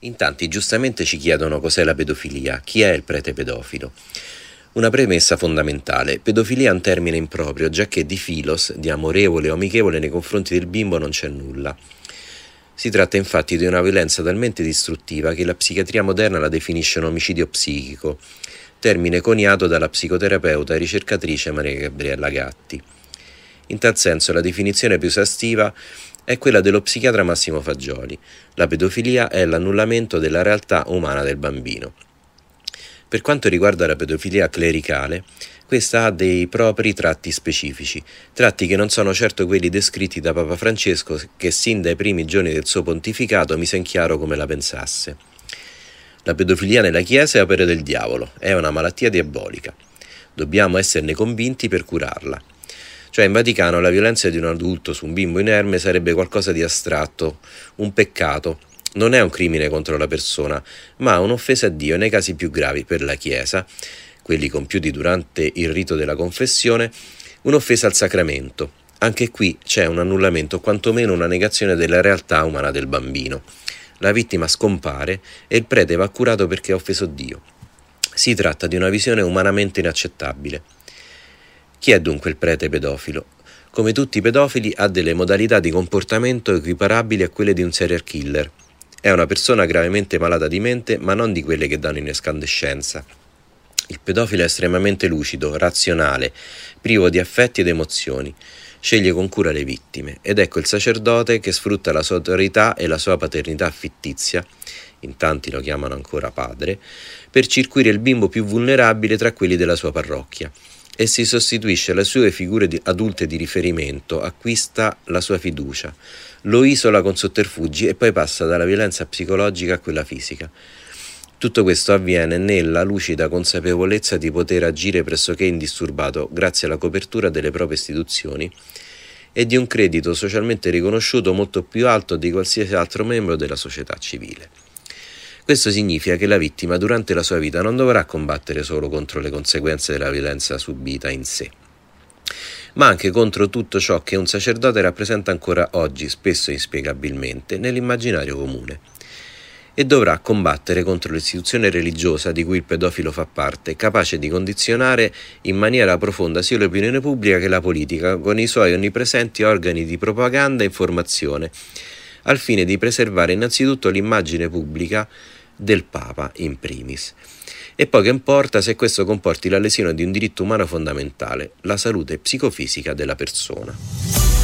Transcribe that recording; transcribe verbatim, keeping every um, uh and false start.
In tanti giustamente ci chiedono cos'è la pedofilia, chi è il prete pedofilo. Una premessa fondamentale: pedofilia è un termine improprio, giacché di filos, di amorevole o amichevole nei confronti del bimbo, non c'è nulla. Si tratta infatti di una violenza talmente distruttiva che la psichiatria moderna la definisce un omicidio psichico, termine coniato dalla psicoterapeuta e ricercatrice Maria Gabriella Gatti. In tal senso la definizione più esaustiva è quella dello psichiatra Massimo Fagioli: la pedofilia è l'annullamento della realtà umana del bambino. Per quanto riguarda la pedofilia clericale, questa ha dei propri tratti specifici, tratti che non sono certo quelli descritti da Papa Francesco, che sin dai primi giorni del suo pontificato mise in chiaro come la pensasse. La pedofilia nella Chiesa è opera del diavolo, è una malattia diabolica. Dobbiamo esserne convinti per curarla. Cioè, in Vaticano la violenza di un adulto su un bimbo inerme sarebbe qualcosa di astratto, un peccato. Non è un crimine contro la persona, ma un'offesa a Dio nei casi più gravi per la Chiesa, quelli compiuti durante il rito della confessione, un'offesa al sacramento. Anche qui c'è un annullamento, quantomeno una negazione della realtà umana del bambino. La vittima scompare e il prete va curato perché ha offeso Dio. Si tratta di una visione umanamente inaccettabile. Chi è dunque il prete pedofilo? Come tutti i pedofili ha delle modalità di comportamento equiparabili a quelle di un serial killer. È una persona gravemente malata di mente, ma non di quelle che danno in escandescenza. Il pedofilo è estremamente lucido, razionale, privo di affetti ed emozioni. Sceglie con cura le vittime, ed ecco il sacerdote che sfrutta la sua autorità e la sua paternità fittizia, in tanti lo chiamano ancora padre, per circuire il bimbo più vulnerabile tra quelli della sua parrocchia, e si sostituisce alle sue figure di adulte di riferimento, acquista la sua fiducia, lo isola con sotterfugi e poi passa dalla violenza psicologica a quella fisica. Tutto questo avviene nella lucida consapevolezza di poter agire pressoché indisturbato grazie alla copertura delle proprie istituzioni e di un credito socialmente riconosciuto molto più alto di qualsiasi altro membro della società civile. Questo significa che la vittima durante la sua vita non dovrà combattere solo contro le conseguenze della violenza subita in sé, ma anche contro tutto ciò che un sacerdote rappresenta ancora oggi, spesso inspiegabilmente, nell'immaginario comune. E dovrà combattere contro l'istituzione religiosa di cui il pedofilo fa parte, capace di condizionare in maniera profonda sia l'opinione pubblica che la politica, con i suoi onnipresenti organi di propaganda e informazione, al fine di preservare innanzitutto l'immagine pubblica del Papa in primis. E poco importa se questo comporti la lesione di un diritto umano fondamentale, la salute psicofisica della persona.